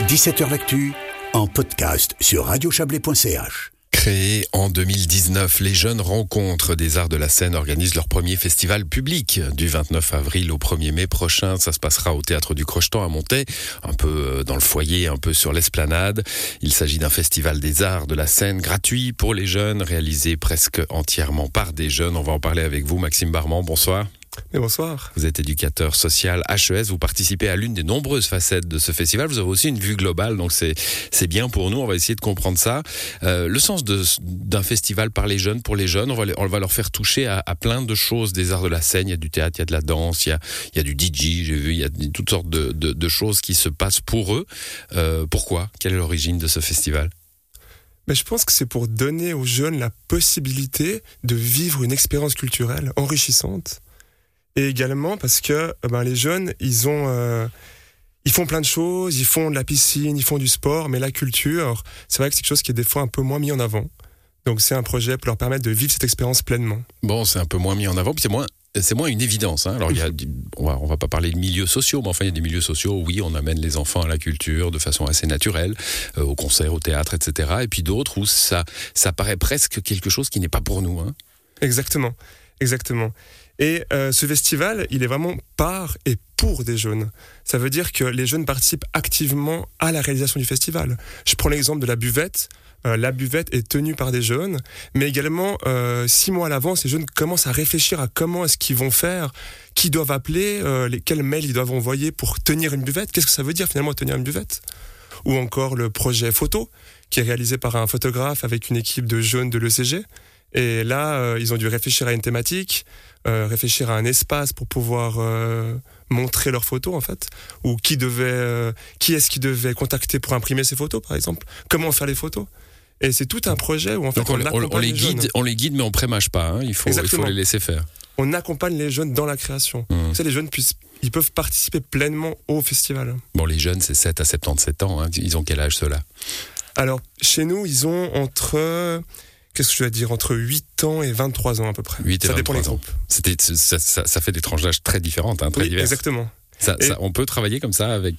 17h L'actu, en podcast sur radiochablais.ch. Créé en 2019, les Jeunes Rencontres des Arts de la Seine organisent leur premier festival public du 29 avril au 1er mai prochain. Ça se passera au Théâtre du Crochetan à Montaix, un peu dans le foyer, un peu sur l'esplanade. Il s'agit d'un festival des arts de la Seine gratuit pour les jeunes, réalisé presque entièrement par des jeunes. On va en parler avec vous, Maxime Barman. Bonsoir. Et bonsoir. Vous êtes éducateur social HES, vous participez à l'une des nombreuses facettes de ce festival. Vous avez aussi une vue globale, donc c'est bien pour nous. On va essayer de comprendre ça. Le sens d'un festival par les jeunes, pour les jeunes, on va leur faire toucher à plein de choses des arts de la scène. Il y a du théâtre, il y a de la danse, il y a du DJ, j'ai vu, il y a toutes sortes de choses qui se passent pour eux. Pourquoi ? Quelle est l'origine de ce festival ? Mais je pense que c'est pour donner aux jeunes la possibilité de vivre une expérience culturelle enrichissante. Et également parce que les jeunes, ils font plein de choses, ils font de la piscine, ils font du sport, mais la culture, c'est vrai que c'est quelque chose qui est des fois un peu moins mis en avant. Donc c'est un projet pour leur permettre de vivre cette expérience pleinement. Bon, c'est un peu moins mis en avant, puis c'est moins une évidence. Hein. Alors on va pas parler de milieux sociaux, mais enfin il y a des milieux sociaux où oui, on amène les enfants à la culture de façon assez naturelle, au concert, au théâtre, etc. Et puis d'autres où ça paraît presque quelque chose qui n'est pas pour nous. Hein. Exactement. Et ce festival, il est vraiment par et pour des jeunes. Ça veut dire que les jeunes participent activement à la réalisation du festival. Je prends l'exemple de la buvette. La buvette est tenue par des jeunes, mais également 6 mois à l'avance, les jeunes commencent à réfléchir à comment est-ce qu'ils vont faire, qui doivent appeler, quels mails ils doivent envoyer pour tenir une buvette. Qu'est-ce que ça veut dire finalement tenir une buvette ? Ou encore le projet photo, qui est réalisé par un photographe avec une équipe de jeunes de l'ECG. Et là, ils ont dû réfléchir à une thématique, réfléchir à un espace pour pouvoir montrer leurs photos, en fait. Ou qui est-ce qui devait contacter pour imprimer ces photos, par exemple. Comment faire les photos. Et c'est tout un projet où, en fait, donc on les guide, mais on prémâche pas. Hein. Il faut les laisser faire. On accompagne les jeunes dans la création. Les jeunes ils peuvent participer pleinement au festival. Bon, les jeunes, c'est 7 à 77 ans. Hein. Ils ont quel âge, ceux-là ? Alors, chez nous, ils ont entre 8 ans et 23 ans à peu près. 8 et ça 23 dépend des ans. groupes. Ça fait des tranches d'âge très différentes, hein, très oui, diverses. Exactement. On peut travailler comme ça avec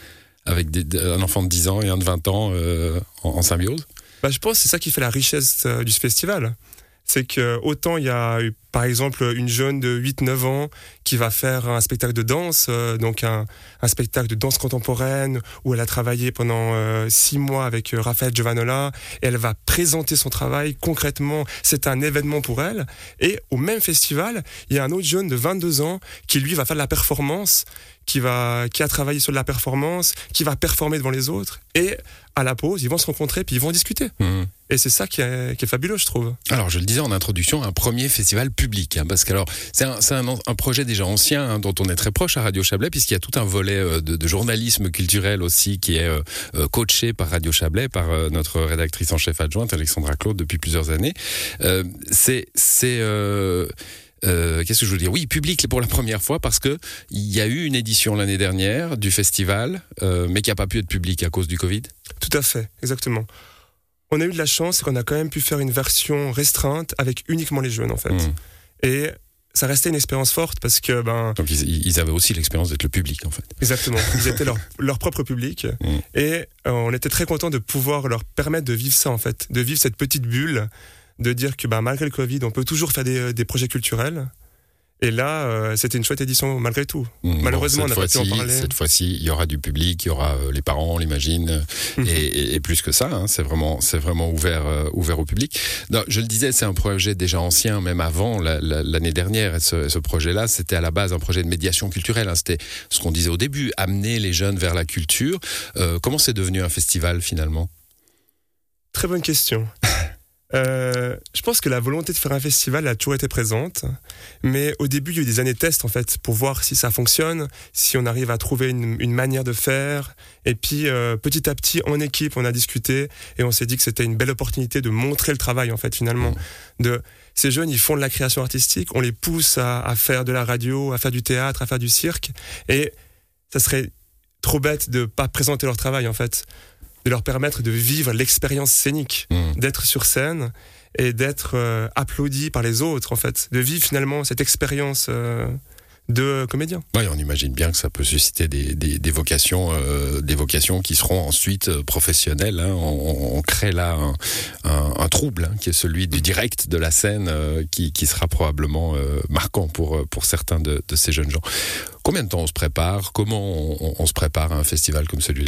un enfant de 10 ans et un de 20 ans en symbiose ? Je pense que c'est ça qui fait la richesse du festival. C'est que autant il y a par exemple une jeune de 8-9 ans qui va faire un spectacle de danse, donc un spectacle de danse contemporaine où elle a travaillé pendant 6 mois avec Raphaël Giovanola et elle va présenter son travail concrètement, c'est un événement pour elle. Et au même festival, il y a un autre jeune de 22 ans qui lui va faire de la performance, qui a travaillé sur de la performance, qui va performer devant les autres, et à la pause, ils vont se rencontrer puis ils vont discuter. Et c'est ça qui est fabuleux, je trouve. Alors, je le disais en introduction, un premier festival public, hein, parce que alors c'est un projet déjà ancien, hein, dont on est très proche à Radio Chablais, puisqu'il y a tout un volet de journalisme culturel aussi qui est coaché par Radio Chablais, par notre rédactrice en chef adjointe Alexandra Claude depuis plusieurs années. Qu'est-ce que je veux dire ? Oui, public pour la première fois parce que il y a eu une édition l'année dernière du festival, mais qui n'a pas pu être public à cause du Covid. Tout à fait, exactement. On a eu de la chance, c'est qu'on a quand même pu faire une version restreinte avec uniquement les jeunes, en fait. Et ça restait une expérience forte parce que... Donc ils avaient aussi l'expérience d'être le public, en fait. Exactement, ils étaient leur propre public. Et on était très contents de pouvoir leur permettre de vivre ça, en fait. De vivre cette petite bulle, de dire que malgré le Covid, on peut toujours faire des projets culturels. Et là, c'était une chouette édition malgré tout. Malheureusement, on n'a pas pu en parler. Cette fois-ci, il y aura du public, il y aura les parents, on l'imagine, et plus que ça, hein, c'est vraiment ouvert au public. Non, je le disais, c'est un projet déjà ancien, même avant l'année dernière. Et ce projet-là, c'était à la base un projet de médiation culturelle. Hein, c'était ce qu'on disait au début, amener les jeunes vers la culture. Comment c'est devenu un festival finalement ? Très bonne question. Je pense que la volonté de faire un festival a toujours été présente, mais au début il y a eu des années de tests en fait pour voir si ça fonctionne, si on arrive à trouver une manière de faire, et puis petit à petit en équipe on a discuté et on s'est dit que c'était une belle opportunité de montrer le travail en fait finalement. Ces jeunes ils font de la création artistique, on les pousse à faire de la radio, à faire du théâtre, à faire du cirque, et ça serait trop bête de pas présenter leur travail en fait, de leur permettre de vivre l'expérience scénique, d'être sur scène et d'être applaudi par les autres en fait, de vivre finalement cette expérience de comédiens. Oui, on imagine bien que ça peut susciter des vocations qui seront ensuite professionnelles. Hein. On crée là un trouble qui est celui du direct, de la scène, qui sera probablement marquant pour certains de ces jeunes gens. Combien de temps on se prépare ? Comment on se prépare à un festival comme celui-là ?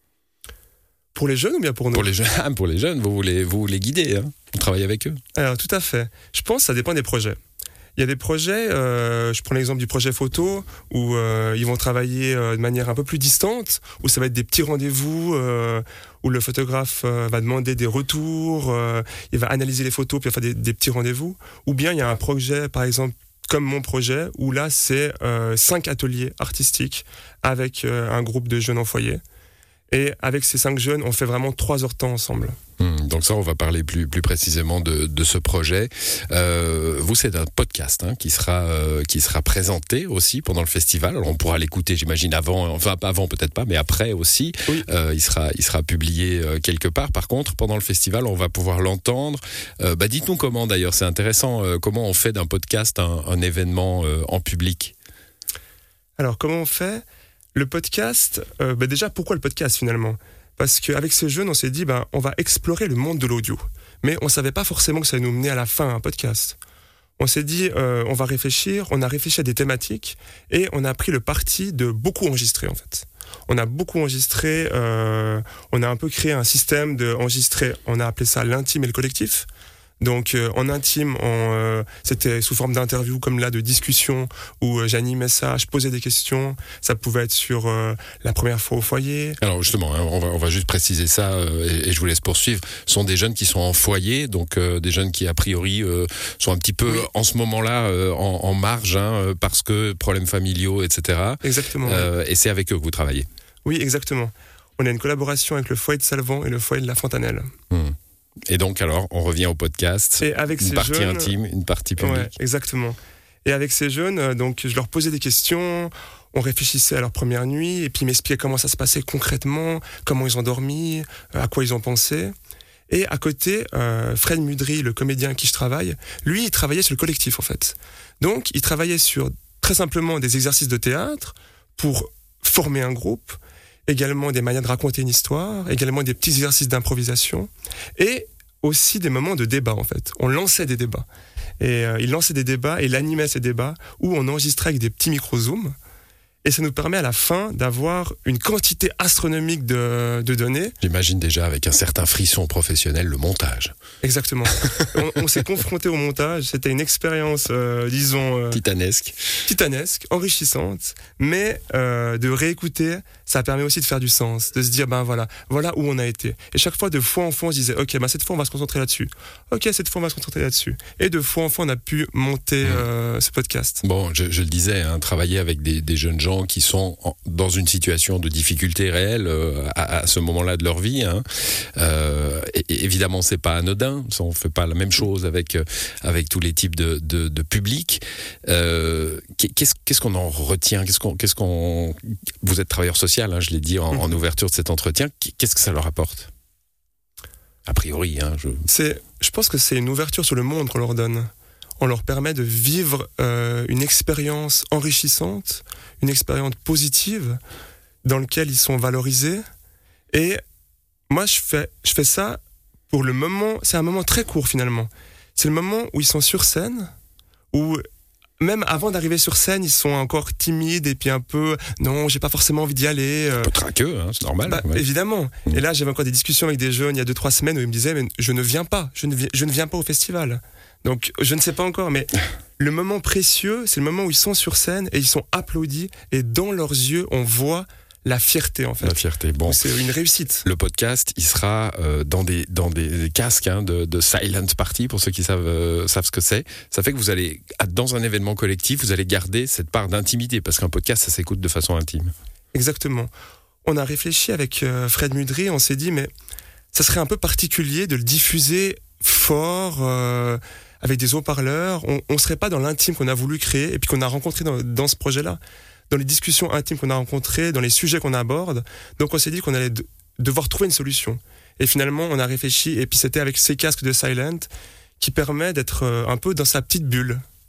Pour les jeunes ou bien pour nous ? Pour les jeunes, vous les guidez, hein. Vous travaillez avec eux. Alors tout à fait. Je pense que ça dépend des projets. Il y a des projets, je prends l'exemple du projet photo, où ils vont travailler de manière un peu plus distante, où ça va être des petits rendez-vous, où le photographe va demander des retours, il va analyser les photos, puis il va faire des petits rendez-vous. Ou bien il y a un projet, par exemple, comme mon projet, où là c'est 5 ateliers artistiques avec un groupe de jeunes en foyer. Et avec ces 5 jeunes, on fait vraiment 3 heures de temps ensemble. Donc ça, on va parler plus précisément de ce projet. Vous, c'est un podcast qui sera présenté aussi pendant le festival. Alors on pourra l'écouter, j'imagine, avant peut-être pas, mais après aussi. Oui. Il sera publié quelque part. Par contre, pendant le festival, on va pouvoir l'entendre. Dites-nous comment d'ailleurs, c'est intéressant, comment on fait d'un podcast un événement en public ? Alors comment on fait ? Le podcast, déjà, pourquoi le podcast finalement ? Parce qu'avec ces jeunes, on s'est dit, on va explorer le monde de l'audio. Mais on ne savait pas forcément que ça allait nous mener à la fin à un podcast. On s'est dit, on va réfléchir, on a réfléchi à des thématiques et on a pris le parti de beaucoup enregistrer en fait. On a beaucoup enregistré, on a un peu créé un système d'enregistrer, on a appelé ça l'intime et le collectif. Donc en intime, c'était sous forme d'interview comme là, de discussion où j'animais ça, je posais des questions. Ça pouvait être sur la première fois au foyer. Alors justement, on va juste préciser ça et je vous laisse poursuivre. Ce sont des jeunes qui sont en foyer, donc des jeunes qui a priori sont un petit peu en ce moment-là en marge parce que problèmes familiaux, etc. Exactement. Et c'est avec eux que vous travaillez. Oui, exactement. On a une collaboration avec le foyer de Salvan et le foyer de la Fontanelle. Et donc alors, on revient au podcast, et avec une partie jeunes, intime, une partie publique. Ouais, exactement. Et avec ces jeunes, donc je leur posais des questions, on réfléchissait à leur première nuit, et puis ils m'expliquaient comment ça se passait concrètement, comment ils ont dormi, à quoi ils ont pensé. Et à côté, Fred Mudry, le comédien avec qui je travaille, lui, il travaillait sur le collectif en fait. Donc, il travaillait sur très simplement des exercices de théâtre pour former un groupe, également des manières de raconter une histoire, également des petits exercices d'improvisation, et aussi des moments de débat en fait. On lançait des débats. Et il lançait des débats et il animait ces débats où on enregistrait avec des petits micro-zooms. Et ça nous permet à la fin d'avoir une quantité astronomique de données. J'imagine déjà avec un certain frisson professionnel le montage. Exactement. on s'est confronté au montage. C'était une expérience, disons... Titanesque, enrichissante. Mais de réécouter, ça permet aussi de faire du sens. De se dire, voilà où on a été. Et chaque fois, de fois en fois, on se disait, ok, cette fois, on va se concentrer là-dessus. Ok, cette fois, on va se concentrer là-dessus. Et de fois en fois, on a pu monter ce podcast. Bon, je le disais, travailler avec des jeunes gens qui sont dans une situation de difficulté réelle à ce moment-là de leur vie. Et évidemment, c'est pas anodin. On fait pas la même chose avec tous les types de publics. Qu'est-ce qu'on en retient ? Vous êtes travailleur social, je l'ai dit en ouverture de cet entretien. Qu'est-ce que ça leur apporte ? A priori, je pense que c'est une ouverture sur le monde qu'on leur donne. On leur permet de vivre une expérience enrichissante, une expérience positive dans laquelle ils sont valorisés. Et moi, je fais ça pour le moment. C'est un moment très court finalement. C'est le moment où ils sont sur scène, où même avant d'arriver sur scène, ils sont encore timides et puis un peu non, j'ai pas forcément envie d'y aller. Un peu traqueux, c'est normal. Ouais. Évidemment. Et là, j'avais encore des discussions avec des jeunes il y a 2-3 semaines où ils me disaient mais je ne viens pas au festival. Donc, je ne sais pas encore, mais le moment précieux, c'est le moment où ils sont sur scène et ils sont applaudis et dans leurs yeux, on voit la fierté en fait. La fierté, bon. C'est une réussite. Le podcast, il sera dans des casques de silent party, pour ceux qui savent ce que c'est. Ça fait que vous allez, dans un événement collectif, vous allez garder cette part d'intimité, parce qu'un podcast, ça s'écoute de façon intime. Exactement. On a réfléchi avec Fred Mudry, on s'est dit, mais ça serait un peu particulier de le diffuser fort, avec des haut-parleurs. On ne serait pas dans l'intime qu'on a voulu créer et puis qu'on a rencontré dans ce projet-là. Dans les discussions intimes qu'on a rencontrées, dans les sujets qu'on aborde. Donc on s'est dit qu'on allait devoir trouver une solution. Et finalement, on a réfléchi, et puis c'était avec ces casques de Silent qui permet d'être un peu dans sa petite bulle.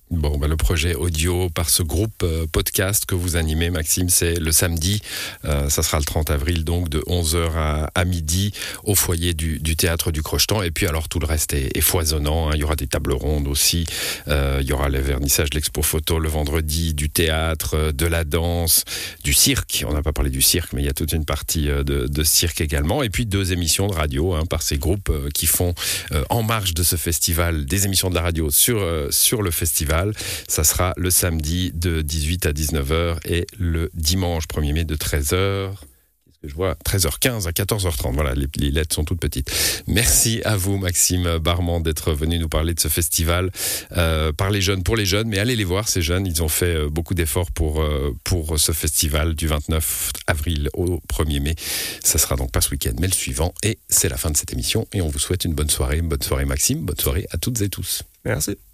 Bon, le projet audio par ce groupe podcast que vous animez, Maxime, c'est le samedi. Ça sera le 30 avril, donc de 11h à midi au foyer du théâtre du Crochetan. Et puis alors tout le reste est foisonnant. Il y aura des tables rondes aussi. Il y aura le vernissage de l'expo photo le vendredi, du théâtre, de la danse, du cirque. On n'a pas parlé du cirque, mais il y a toute une partie de cirque également. Et puis 2 émissions de radio par ces groupes qui font en marge de ce festival des émissions de la radio sur le festival. Ça sera le samedi de 18 à 19h et le dimanche 1er mai de 13h. Qu'est-ce que je vois ? 13h15 à 14h30. Voilà, les lettres sont toutes petites. Merci à vous, Maxime Barman, d'être venu nous parler de ce festival par les jeunes, pour les jeunes. Mais allez les voir, ces jeunes. Ils ont fait beaucoup d'efforts pour ce festival du 29 avril au 1er mai. Ça sera donc pas ce week-end, mais le suivant. Et c'est la fin de cette émission. Et on vous souhaite une bonne soirée. Bonne soirée, Maxime. Bonne soirée à toutes et tous. Merci.